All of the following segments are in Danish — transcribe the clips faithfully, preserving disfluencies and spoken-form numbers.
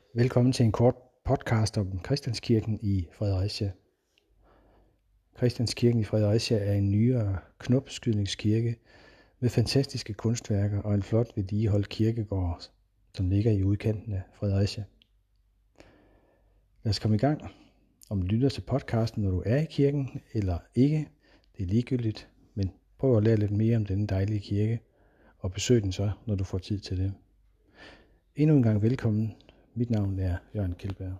Velkommen til en kort podcast om Christianskirken i Fredericia. Christianskirken i Fredericia er en nyere knopskydningskirke med fantastiske kunstværker og en flot vedligeholdt kirkegård, som ligger i udkanten af Fredericia. Lad os komme i gang. Om du lytter til podcasten, når du er i kirken eller ikke, det er ligegyldigt, men prøv at lære lidt mere om denne dejlige kirke, og besøg den så, når du får tid til det. Endnu en gang velkommen. Mit navn er Jørgen Kjeldberg.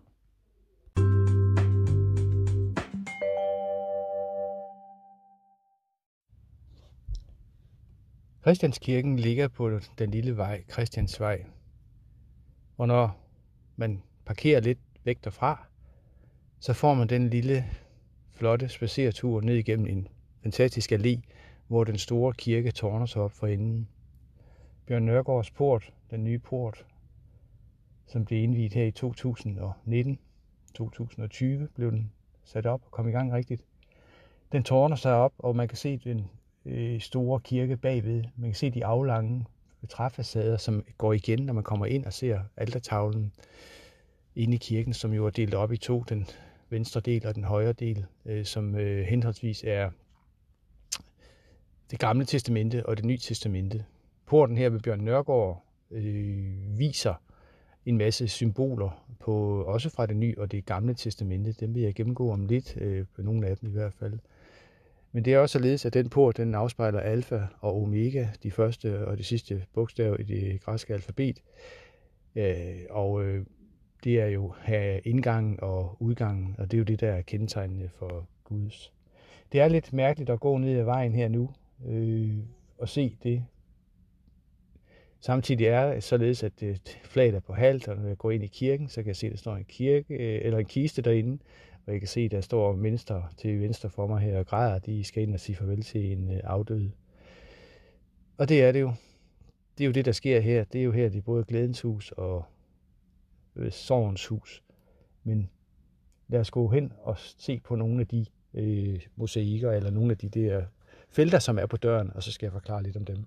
Christianskirken ligger på den lille vej, Christiansvej. Og når man parkerer lidt væk derfra, så får man den lille, flotte spaceretur ned igennem en fantastisk allé, hvor den store kirke tårner sig op for enden. Bjørn Nørgaards port, den nye port, som blev indviet her i to tusind nitten to tusind tyve, blev den sat op og kom i gang rigtigt. Den tårner sig op, og man kan se den øh, store kirke bagved. Man kan se de aflange træfacader, som går igen, når man kommer ind og ser altertavlen inde i kirken, som jo er delt op i to, den venstre del og den højre del, øh, som øh, henholdsvis er det gamle testamente og det nye testamente. Porten her ved Bjørn Nørgaard øh, viser en masse symboler, på, også fra det nye og det gamle testamente. Dem vil jeg gennemgå om lidt, øh, på nogle af dem i hvert fald. Men det er også således, at den port, den afspejler alfa og omega, de første og de sidste bogstaver i det græske alfabet. Øh, og øh, det er jo her indgangen og udgangen, og det er jo det, der er kendetegnende for Guds. Det er lidt mærkeligt at gå ned ad vejen her nu øh, og se det. Samtidig er det således, at flaget er på halvt, og når jeg går ind i kirken, så kan jeg se, at der står en kirke eller en kiste derinde, og jeg kan se, at der står mennesker til venstre for mig her og græder, de skal ind og sige farvel til en afdød. Og det er det jo. Det er jo det, der sker her. Det er jo her, det er både glædens hus og sorgens hus. Men lad os gå hen og se på nogle af de øh, mosaikker, eller nogle af de der felter, som er på døren, og så skal jeg forklare lidt om dem.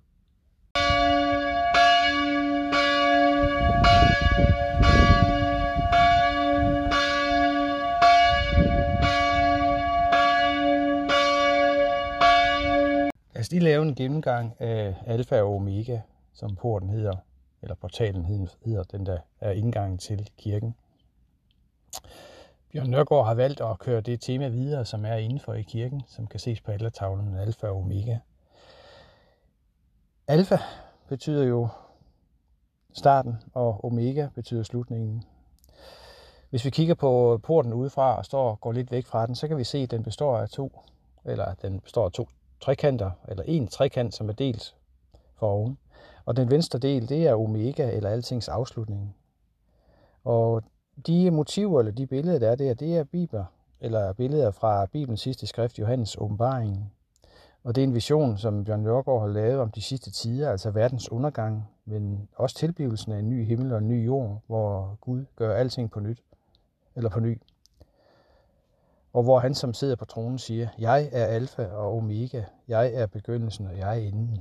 Lad os lige lave en gennemgang af alfa og omega, som porten hedder, eller portalen hedder, den der er indgangen til kirken. Bjørn Nørgaard har valgt at køre det tema videre, som er indenfor i kirken, som kan ses på altertavlen, alfa og omega. Alfa betyder jo starten, og omega betyder slutningen. Hvis vi kigger på porten udefra og står og går lidt væk fra den, så kan vi se, at den består af to, eller den består af to trekanter, eller en trekant, som er delt for oven. Og den venstre del, det er omega, eller altings afslutning. Og de motiver, eller de billeder, der er der, det er bibler, eller billeder fra Bibelens sidste skrift, Johannes åbenbaringen. Og det er en vision, som Bjørn Nørgaard har lavet om de sidste tider, altså verdens undergang, men også tilblivelsen af en ny himmel og en ny jord, hvor Gud gør alting på nyt, eller på ny. Og hvor han, som sidder på tronen, siger, jeg er alfa og omega, jeg er begyndelsen, og jeg er enden.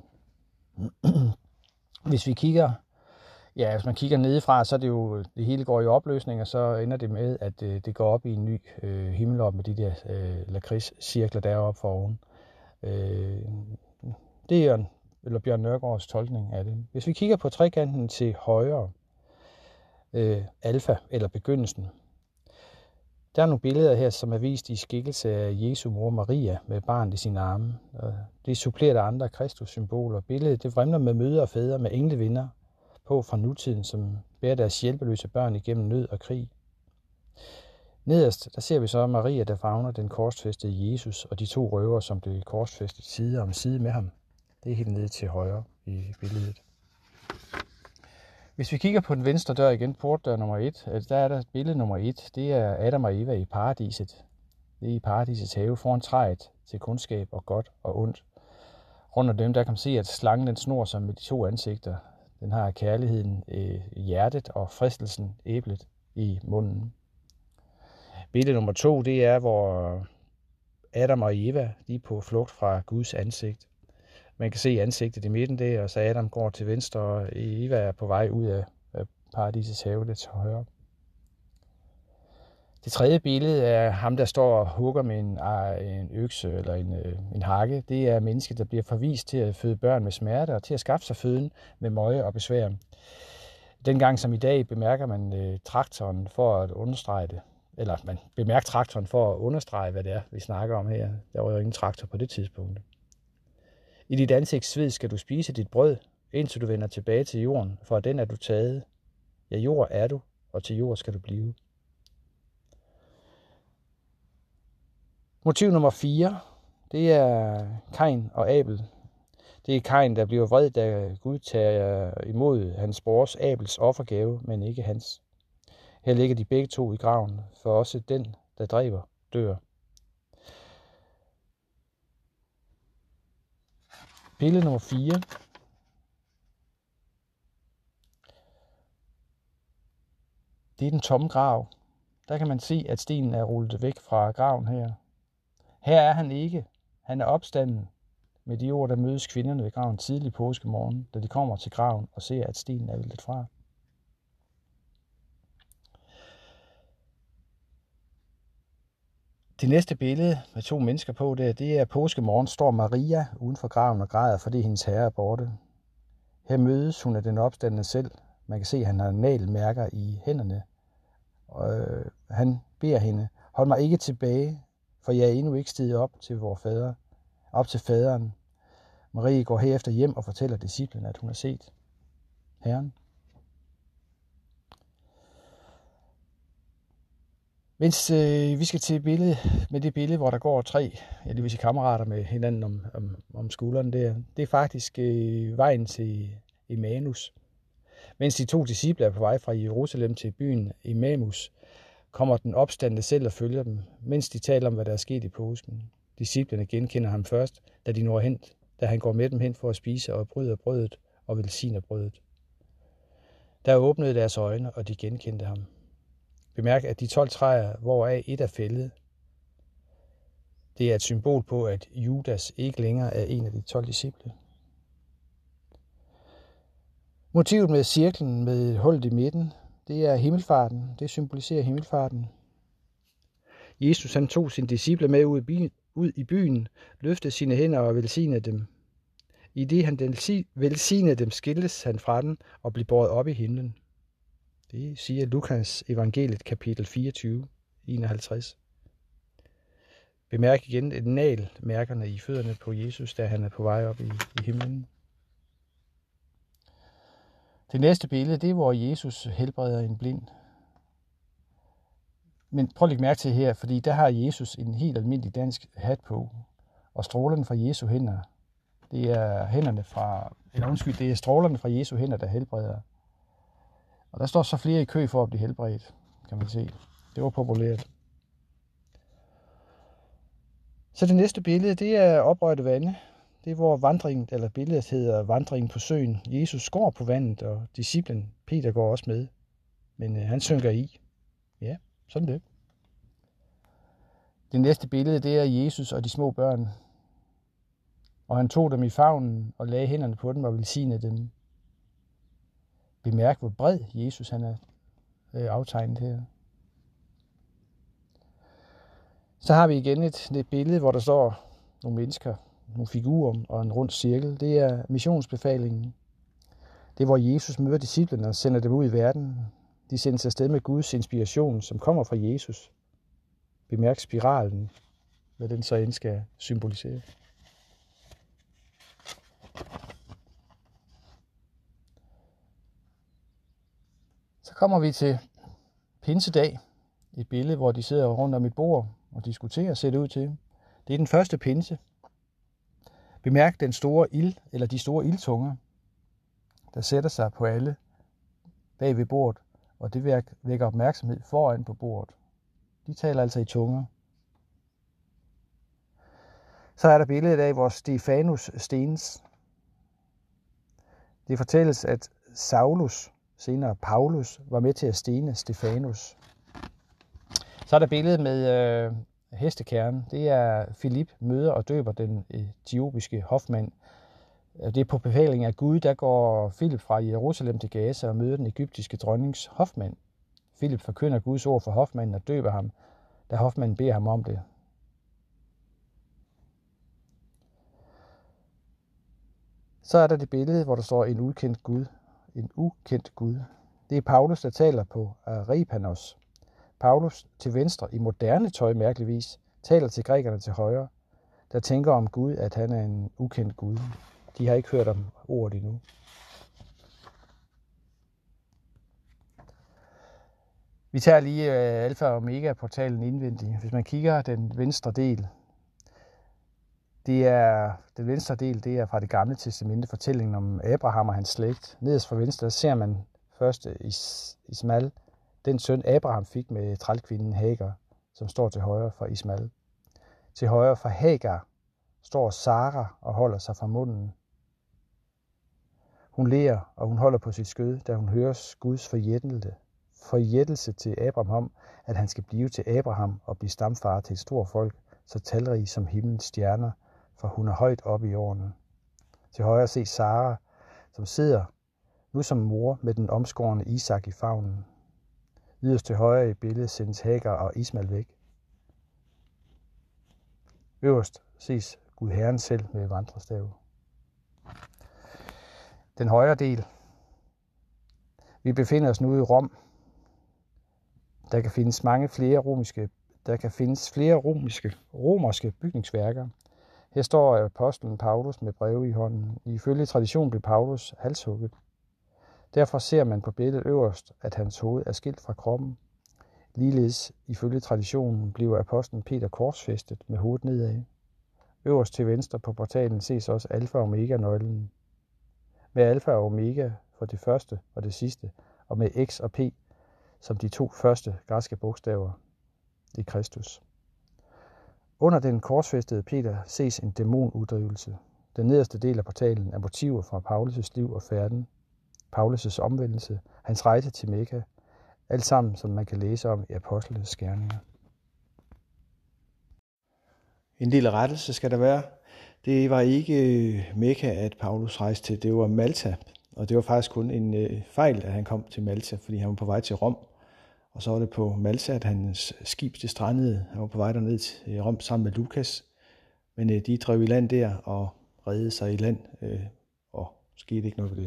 Hvis vi kigger, ja, hvis man kigger nedefra, så er det jo, det hele går i opløsning, og så ender det med, at det, det går op i en ny øh, himmel op med de der øh, lakridscirkler deroppe for oven. Øh, det er eller Bjørn Nørgaards tolkning af det. Hvis vi kigger på trekanten til højre, øh, alfa eller begyndelsen, der er nogle billeder her, som er vist i skikkelse af Jesu mor Maria med barnet i sine arme. Det supplerer der andre Kristus-symboler. Billedet det vrimler med mødre og fædre med englevinder på fra nutiden, som bærer deres hjælpeløse børn igennem nød og krig. Nederst der ser vi så Maria, der favner den korsfæstede Jesus, og de to røver, som blev korsfæstet side om side med ham. Det er helt nede til højre i billedet. Hvis vi kigger på den venstre dør igen, portdør nummer et, der er der billede nummer et. Det er Adam og Eva i paradiset. Det er i paradisets have foran træet til kundskab og godt og ondt. Rundt om dem, der kan man se, at slangen den snor sig med de to ansigter. Den har kærligheden i hjertet og fristelsen æblet i munden. Billede nummer to, det er, hvor Adam og Eva de er på flugt fra Guds ansigt. Man kan se ansigtet i midten der, og så Adam går til venstre, og Eva er på vej ud af paradisets have lidt til højre. Det tredje billede er ham, der står og hugger med en, en økse eller en, en hakke. Det er mennesket, der bliver forvist til at føde børn med smerte og til at skaffe sig føden med møje og besvær. Dengang som i dag bemærker man øh, traktoren for at understrege det. Eller man bemærker traktoren for at understrege, hvad det er, vi snakker om her. Der var jo ingen traktor på det tidspunkt. I dit ansigts sved skal du spise dit brød, indtil du vender tilbage til jorden, for den er du taget. Ja, jord er du, og til jord skal du blive. Motiv nummer fire, det er Kain og Abel. Det er Kain, der bliver vred, da Gud tager imod hans brors Abels offergave, men ikke hans. Her ligger de begge to i graven, for også den, der dræber, dør. Billede nummer fire. Det er den tomme grav. Der kan man se, at stenen er rullet væk fra graven her. Her er han ikke. Han er opstanden. Med de ord, der mødes kvinderne ved graven tidlig påskemorgen, da de kommer til graven og ser, at stenen er væltet fra. Det næste billede med to mennesker på, det, det er påskemorgen, står Maria uden for graven og græder, fordi hendes herre er borte. Her mødes hun af den opstandende selv. Man kan se, at han har nagelmærker i hænderne. Og øh, han beder hende, hold mig ikke tilbage, for jeg er endnu ikke stiget op til vor fader, op til faderen. Marie går herefter hjem og fortæller disciplen, at hun har set Herren. Mens øh, vi skal til et billede, med det billede, hvor der går tre, ja, det vil sige kammerater med hinanden om, om, om skulderen der, det er faktisk øh, vejen til Emmaus. Mens de to disciple er på vej fra Jerusalem til byen Emmaus, kommer den opstandne selv og følger dem, mens de taler om, hvad der er sket i påsken. Disciplene genkender ham først, da de når hen, da han går med dem hen for at spise og bryder brødet og velsigner brødet. Der åbnede deres øjne, og de genkendte ham. Bemærk, at de tolv træer, hvoraf et er fældet, det er et symbol på, at Judas ikke længere er en af de tolv disciple. Motivet med cirklen med hullet i midten, det er himmelfarten. Det symboliserer himmelfarten. Jesus han tog sine disciple med ud i byen, ud i byen løftede sine hænder og velsignede dem. I det han velsignede dem, skiltes han fra dem og blev båret op i himlen. Det siger Lukas evangeliet kapitel fireogtyve, enoghalvtreds. Bemærk igen et nagelmærkerne i fødderne på Jesus, da han er på vej op i, i himlen. Det næste billede, det er, hvor Jesus helbreder en blind. Men prøv at lægge mærke til her, fordi der har Jesus en helt almindelig dansk hat på. Og strålerne fra Jesu hænder, det er hænderne fra, eller undskyld, det er strålerne fra Jesu hænder, der helbreder. Og der står så flere i kø for at blive helbredt, kan man se. Det var populært. Så det næste billede, det er oprørte vande. Det er, hvor vandringen, eller billedet hedder vandringen på søen. Jesus går på vandet, og disciplen Peter går også med. Men øh, han synker i. Ja, sådan det. Det næste billede, det er Jesus og de små børn. Og han tog dem i favnen og lagde hænderne på dem og velsignede dem. Bemærk, hvor bred Jesus han er øh, aftegnet her. Så har vi igen et, et billede, hvor der står nogle mennesker, nogle figurer og en rund cirkel. Det er missionsbefalingen. Det er, hvor Jesus møder disciplene og sender dem ud i verden. De sendes afsted med Guds inspiration, som kommer fra Jesus. Bemærk spiralen, hvad den så end skal symbolisere. Så kommer vi til pinsedag. Et billede, hvor de sidder rundt om et bord og diskuterer, ser det ud til. Det er den første pinse. Bemærk den store ild, eller de store ildtunger, der sætter sig på alle bag ved bordet, og det vækker opmærksomhed foran på bordet. De taler altså i tunger. Så er der billedet af, hvor Stefanus stenes. Det fortælles, at Saulus, senere Paulus, var med til at stene Stefanus. Så er der billedet med øh, hestekærren. Det er Filip møder og døber den etiopiske hofmand. Det er på befaling af Gud, der går Filip fra Jerusalem til Gaza og møder den egyptiske dronnings hofmand. Filip forkynder Guds ord for hofmanden og døber ham, da hofmanden beder ham om det. Så er der det billede, hvor der står en ukendt Gud. En ukendt Gud. Det er Paulus, der taler på Areopagus. Paulus til venstre i moderne tøj mærkeligvis taler til grækerne til højre, der tænker om Gud, at han er en ukendt Gud. De har ikke hørt om ordet endnu. Vi tager lige Alfa og Omega-portalen indvendigt. Hvis man kigger den venstre del, det er, den venstre del det er fra det gamle testamente, fortællingen om Abraham og hans slægt. Nederst fra venstre ser man først Is- Ismael, den søn Abraham fik med trælkvinden Hagar, som står til højre for Ismael. Til højre for Hagar står Sara og holder sig fra munden. Hun ler, og hun holder på sit skød, da hun hører Guds forjættelse, forjættelse til Abraham om, at han skal blive til Abraham og blive stamfar til et stort folk, så talrig som himlens stjerner, for hun er højt oppe i årene. Til højre ses Sara, som sidder nu som mor med den omskårne Isak i favnen. Yderst til højre i billedet sendes Hagar og Ismael væk. Øverst ses Gud Herren selv med vandrestav. Den højre del. Vi befinder os nu i Rom. Der kan findes mange flere romerske, der kan findes flere romerske, romerske bygningsværker. Her står apostlen Paulus med breve i hånden. Ifølge tradition blev Paulus halshugget. Derfor ser man på billedet øverst, at hans hoved er skilt fra kroppen. Ligeledes ifølge traditionen bliver apostlen Peter korsfæstet med hovedet nedad. Øverst til venstre på portalen ses også alfa og omega-nøglen. Med alfa og omega for det første og det sidste, og med x og p som de to første græske bogstaver i Kristus. Under den korsfæstede Peter ses en dæmonuddrivelse. Den nederste del af portalen er motiver fra Paulus' liv og færden, Paulus' omvendelse, hans rejse til Mekka, alt sammen som man kan læse om i apostlenes gerninger. En lille rettelse skal der være. Det var ikke Mekka, at Paulus rejste til, det var Malta. Og det var faktisk kun en øh, fejl, at han kom til Malta, fordi han var på vej til Rom. Og så var det på Malta, at hans skib det strandede. Han var på vej derned til Rom sammen med Lukas. Men øh, de drev i land der og reddede sig i land, øh, og skete ikke noget ved det.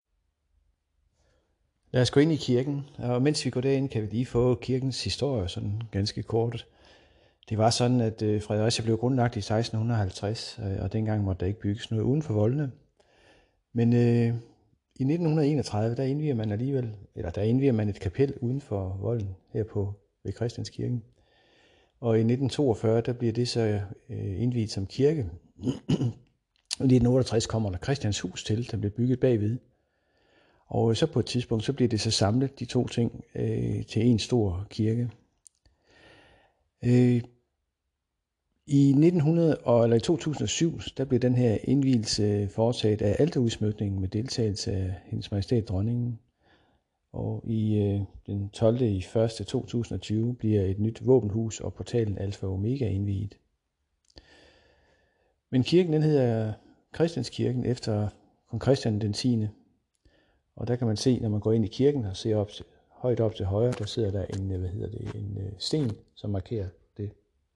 Lad os gå ind i kirken, og mens vi går derind, kan vi lige få kirkens historie, sådan ganske kort. Det var sådan, at øh, Fredericia blev grundlagt i seksten halvtreds, øh, og dengang måtte der ikke bygges noget uden for voldene. Men øh, i nitten enogtredive, der indviger man alligevel, eller der indviger man et kapel uden for volden her på ved Christianskirken. Og i nitten toogfyrre, der bliver det så øh, indviet som kirke. I nitten otteogtres kommer der Christianshus til, der bliver bygget bagved. Og så på et tidspunkt, så bliver det så samlet, de to ting, øh, til en stor kirke. Øh, I nitten hundrede, eller i to tusind og syv, der blev den her indvielse foretaget af alterudsmykningen med deltagelse af hendes majestæt dronningen. Og i øh, den tolvte i første to tusind og tyve bliver et nyt våbenhus og portalen Alfa og Omega indviet. Men kirken den hedder Christianskirken efter kong Christian den tiende. Og der kan man se, når man går ind i kirken og ser op, højt op til højre, der sidder der en, hvad hedder det, en sten, som markerer det.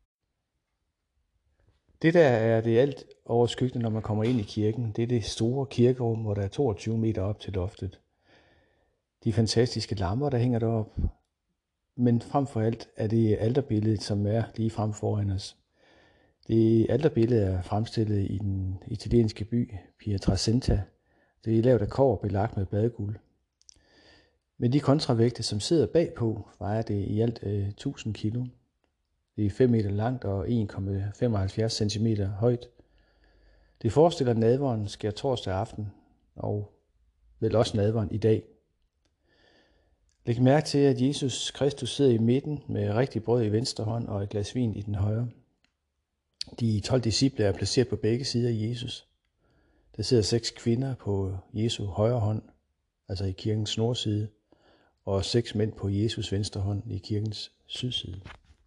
Det der er det alt overskyggende, når man kommer ind i kirken. Det er det store kirkerum, hvor der er toogtyve meter op til loftet. De fantastiske lamper, der hænger deroppe. Men frem for alt er det alterbilledet, som er lige frem foran os. Det alterbillede er fremstillet i den italienske by Pietrasanta. Det er lavet af kobber belagt med badeguld. Med de kontravægte, som sidder bagpå, vejer det i alt øh, tusind kilo. Det er fem meter langt og en komma femoghalvfjerds centimeter højt. Det forestiller nadveren sker torsdag aften, og vel også nadveren i dag. Læg mærke til, at Jesus Kristus sidder i midten med rigtig brød i venstre hånd og et glas vin i den højre. De tolv disciple er placeret på begge sider af Jesus. Der sidder seks kvinder på Jesu højre hånd, altså i kirkens nordside, og seks mænd på Jesus venstre hånd i kirkens sydside.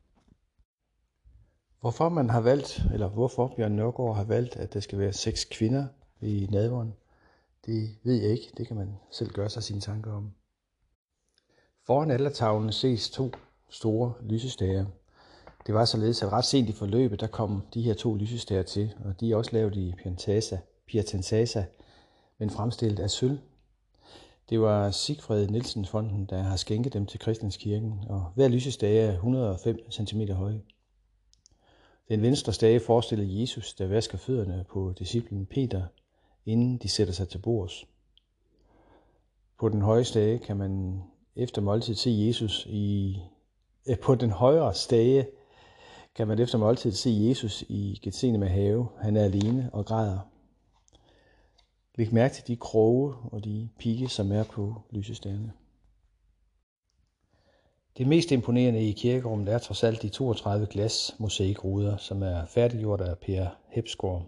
Hvorfor man har valgt, eller hvorfor Bjørn Nørgaard har valgt, at der skal være seks kvinder i nadveren, det ved jeg ikke. Det kan man selv gøre sig sine tanker om. Foran altertavlen ses to store lysestager. Det var således, at ret sent i forløbet, der kom de her to lysestager til, og de er også lavet i Piacenza, men fremstillet af sølv. Det var Sigfred Nielsen Fonden, der har skænket dem til Christianskirken, og hver lysestage er et hundrede og fem centimeter høj. Den venstre stage forestiller Jesus, der vasker fødderne på disciplen Peter, inden de sætter sig til bords. På den høje stage kan man efter måltid se Jesus i eh, på den højre stage kan man efter måltid se Jesus i Getsemane have. Han er alene og græder. Læg mærke til de kroge og de pigge, som er på lysestagerne. Det mest imponerende i kirkerummet er trods alt de toogtredive glas mosaikruder, som er færdiggjort af Per Hepsgaard.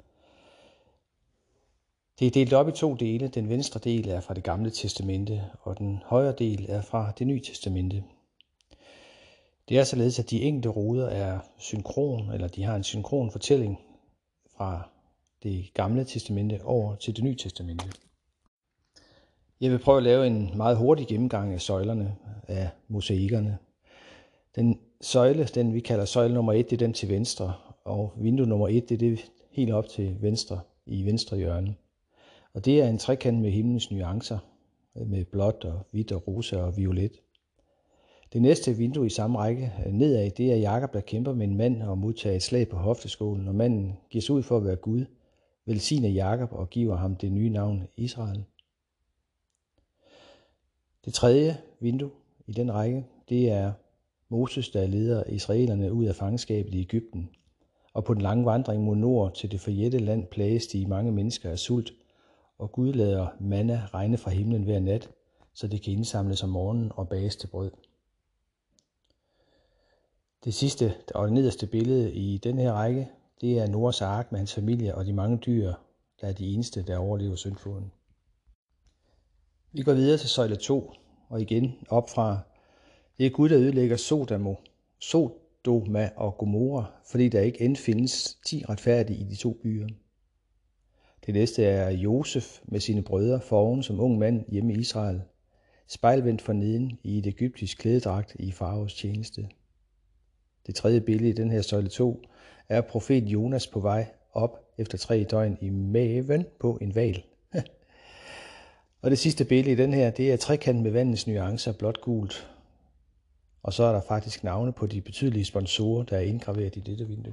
Det er delt op i to dele. Den venstre del er fra Det Gamle Testamente, og den højre del er fra Det Nye Testamente. Det er således, at de enkelte ruder er synkron, eller de har en synkron fortælling fra Det Gamle Testamente over til Det Nye Testamente. Jeg vil prøve at lave en meget hurtig gennemgang af søjlerne, af mosaikkerne. Den søjle, den vi kalder søjle nummer et, det er den til venstre, og vindue nummer et, det er det helt op til venstre, i venstre hjørne. Og det er en trekant med himlens nuancer, med blåt og hvidt og rosa og violet. Det næste vindue i samme række nedad, det er Jakob, der kæmper med en mand og modtager et slag på hofteskålen, og manden giver sig ud for at være Gud, velsigner Jakob og giver ham det nye navn Israel. Det tredje vindue i den række, det er Moses, der leder israelerne ud af fangenskabet i Egypten. Og på den lange vandring mod nord til det forjættede land plages de mange mennesker af sult, og Gud lader manna regne fra himlen hver nat, så det kan indsamles om morgenen og bages til brød. Det sidste og det nederste billede i den her række, det er Noahs ark med hans familie og de mange dyr, der er de eneste, der overlever syndfloden. Vi går videre til søjle to, og igen op fra, det er Gud, der ødelægger Sodoma, Sodoma og Gomorra, fordi der ikke end findes ti retfærdige i de to byer. Det næste er Josef med sine brødre foroven som ung mand hjemme i Israel, spejlvendt for neden i et egyptisk klædedragt i faraos tjeneste. Det tredje billede i den her søjle to er profet Jonas på vej op efter tre døgn i maven på en hval. Og det sidste billede i den her, det er trekant med vandets nuancer, blåt gult. Og så er der faktisk navne på de betydelige sponsorer, der er indgraveret i dette vindue.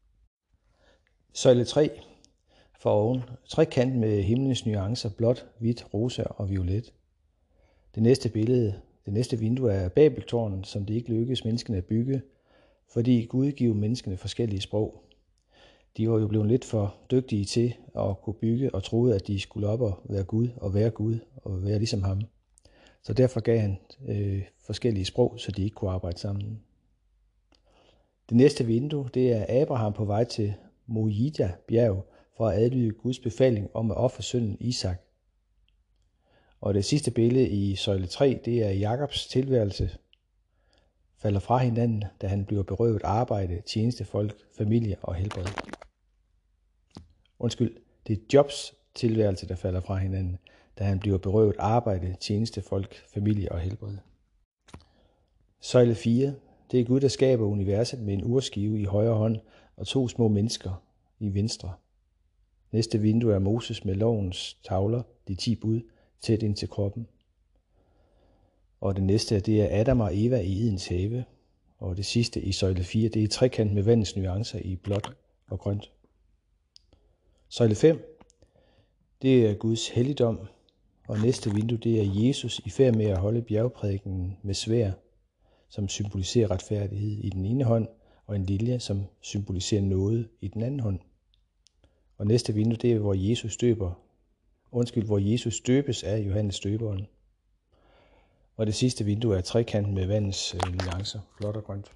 Søjle tre for oven. Trekant med himlens nuancer, blåt, hvidt, rosa og violet. Det næste billede, det næste vindue er Babeltårnet, som det ikke lykkedes menneskene at bygge, fordi Gud giver menneskene forskellige sprog. De var jo blevet lidt for dygtige til at kunne bygge og troede, at de skulle op og være Gud og være Gud og være ligesom ham. Så derfor gav han øh, forskellige sprog, så de ikke kunne arbejde sammen. Det næste vindue, det er Abraham på vej til Mojida bjerg for at adlyde Guds befaling om at ofre sønnen Isak. Og det sidste billede i søjle tre, det er Jakobs tilværelse falder fra hinanden, da han bliver berøvet arbejde, tjenestefolk, familie og helbred. Undskyld, det er Jobs tilværelse, der falder fra hinanden, da han bliver berøvet arbejde, tjenestefolk, familie og helbred. Søjle fire, det er Gud, der skaber universet med en urskive i højre hånd og to små mennesker i venstre. Næste vindue er Moses med lovens tavler, de ti bud, tæt ind til kroppen. Og det næste, det er Adam og Eva i Edens have. Og det sidste i søjle fire, det er trekant med vandets nuancer i blåt og grønt. Søjle fem, det er Guds helligdom. Og næste vindue, det er Jesus i færd med at holde bjergprædikenen med sværd, som symboliserer retfærdighed i den ene hånd, og en lilje, som symboliserer noget i den anden hånd. Og næste vindue, det er, hvor Jesus døber, undskyld, hvor Jesus døbes af Johannes døberen. Og det sidste vindue er trekant med vandets øh, nuancer, blåt og grønt.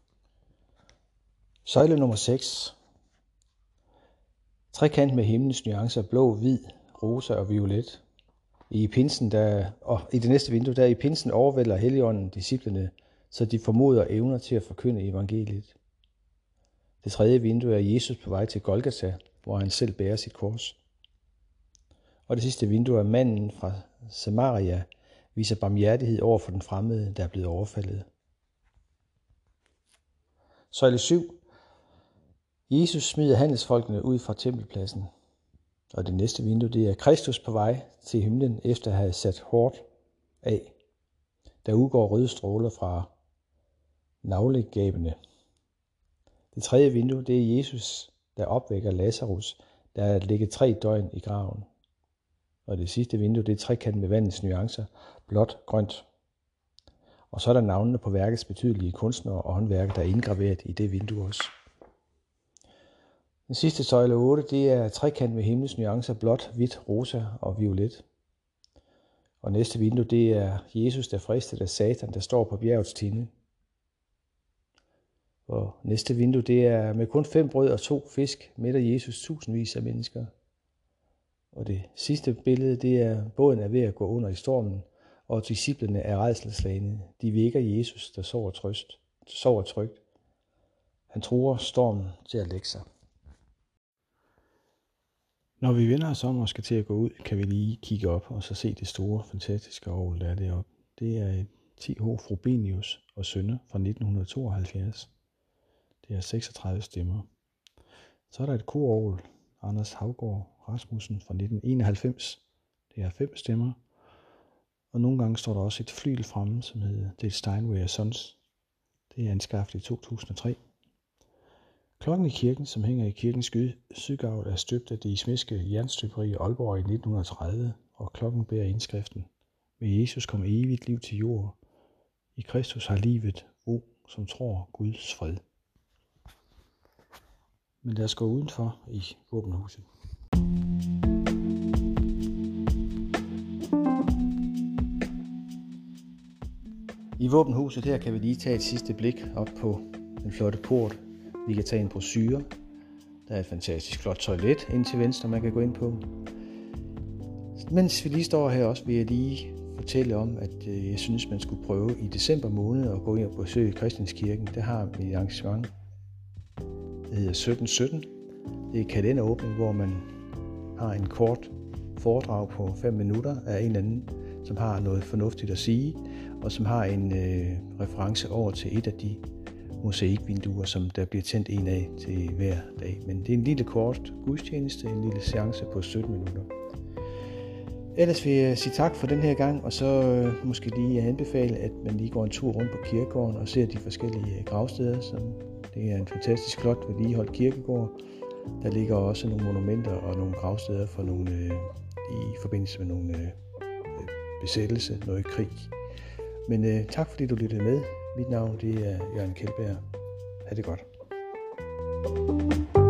Søjle nummer seks. Trekant med himlens nuancer, blå, hvid, rosa og violet. I pinsen, der, og i det næste vindue, der i pinsen overvælder Helligånden disciplene, så de formoder evner til at forkynde evangeliet. Det tredje vindue er Jesus på vej til Golgata, hvor han selv bærer sit kors. Og det sidste vindue er manden fra Samaria viser barmhjertighed over for den fremmede, der er blevet overfaldet. Søjle syv. Jesus smider handelsfolkene ud fra tempelpladsen. Og det næste vindue, det er Kristus på vej til himlen, efter at have sat hårdt af. Der udgår røde stråler fra navlegabene. Det tredje vindue, det er Jesus, der opvækker Lazarus, der er ligget tre døgn i graven. Og det sidste vindue, det er trekanten med vandets nuancer, blåt, grønt. Og så er der navnene på værkets betydelige kunstnere og håndværkere, der er indgraveret i det vindue også. Den sidste søjle otte, det er trekant med himlens nuancer, blåt, hvidt, rosa og violet. Og næste vindue, det er Jesus, der fristede af Satan, der står på bjergets tinde. Og næste vindue, det er med kun fem brød og to fisk, mætter Jesus tusindvis af mennesker. Og det sidste billede, det er, båden er ved at gå under i stormen, og disciplene er rædselsslagne. De vækker Jesus, der sover, trøst, sover trygt. Han truer stormen til at lægge sig. Når vi vender os om og skal til at gå ud, kan vi lige kigge op og så se det store, fantastiske orgel, der er deroppe. Det er et ti H Frobenius og Sønner fra nitten tooghalvfjerds. Det er seksogtredive stemmer. Så er der et kororgel, Anders Havgård Rasmussen fra nitten enoghalvfems. Det er fem stemmer. Og nogle gange står der også et flygel fremme, som hedder det er Steinway Sons. Det er anskaffet i to tusind og tre. Klokken i kirken, som hænger i kirkens sydgavl, er støbt af det smiske jernstøberi i Aalborg i nitten tredive, og klokken bærer indskriften: Med Jesus kommer evigt liv til jord. I Kristus har livet ro, som tror Guds fred. Men lad os gå udenfor i våbenhuset. I våbenhuset her kan vi lige tage et sidste blik op på den flotte port. Vi kan tage en brochure. Der er et fantastisk flot toilet ind til venstre, man kan gå ind på. Mens vi lige står her også, vil jeg lige fortælle om, at jeg synes, man skulle prøve i december måned at gå ind og besøge Christianskirken. Der har vi et arrangement, der hedder sytten sytten. Det er en kalenderåbning, hvor man har en kort foredrag på fem minutter af en eller anden, som har noget fornuftigt at sige, og som har en øh, reference over til et af de mosaikvinduer, som der bliver tændt en af til hver dag. Men det er en lille kort gudstjeneste, en lille seance på sytten minutter. Ellers vil jeg sige tak for den her gang, og så øh, måske lige anbefale, at man lige går en tur rundt på kirkegården og ser de forskellige gravsteder, som det er en fantastisk flot vedligeholdt kirkegård. Der ligger også nogle monumenter og nogle gravsteder for nogle, øh, i forbindelse med nogle øh, besættelse, noget krig. Men øh, tak fordi du lyttede med. Mit navn det er Jørgen Kjeldberg. Ha' det godt.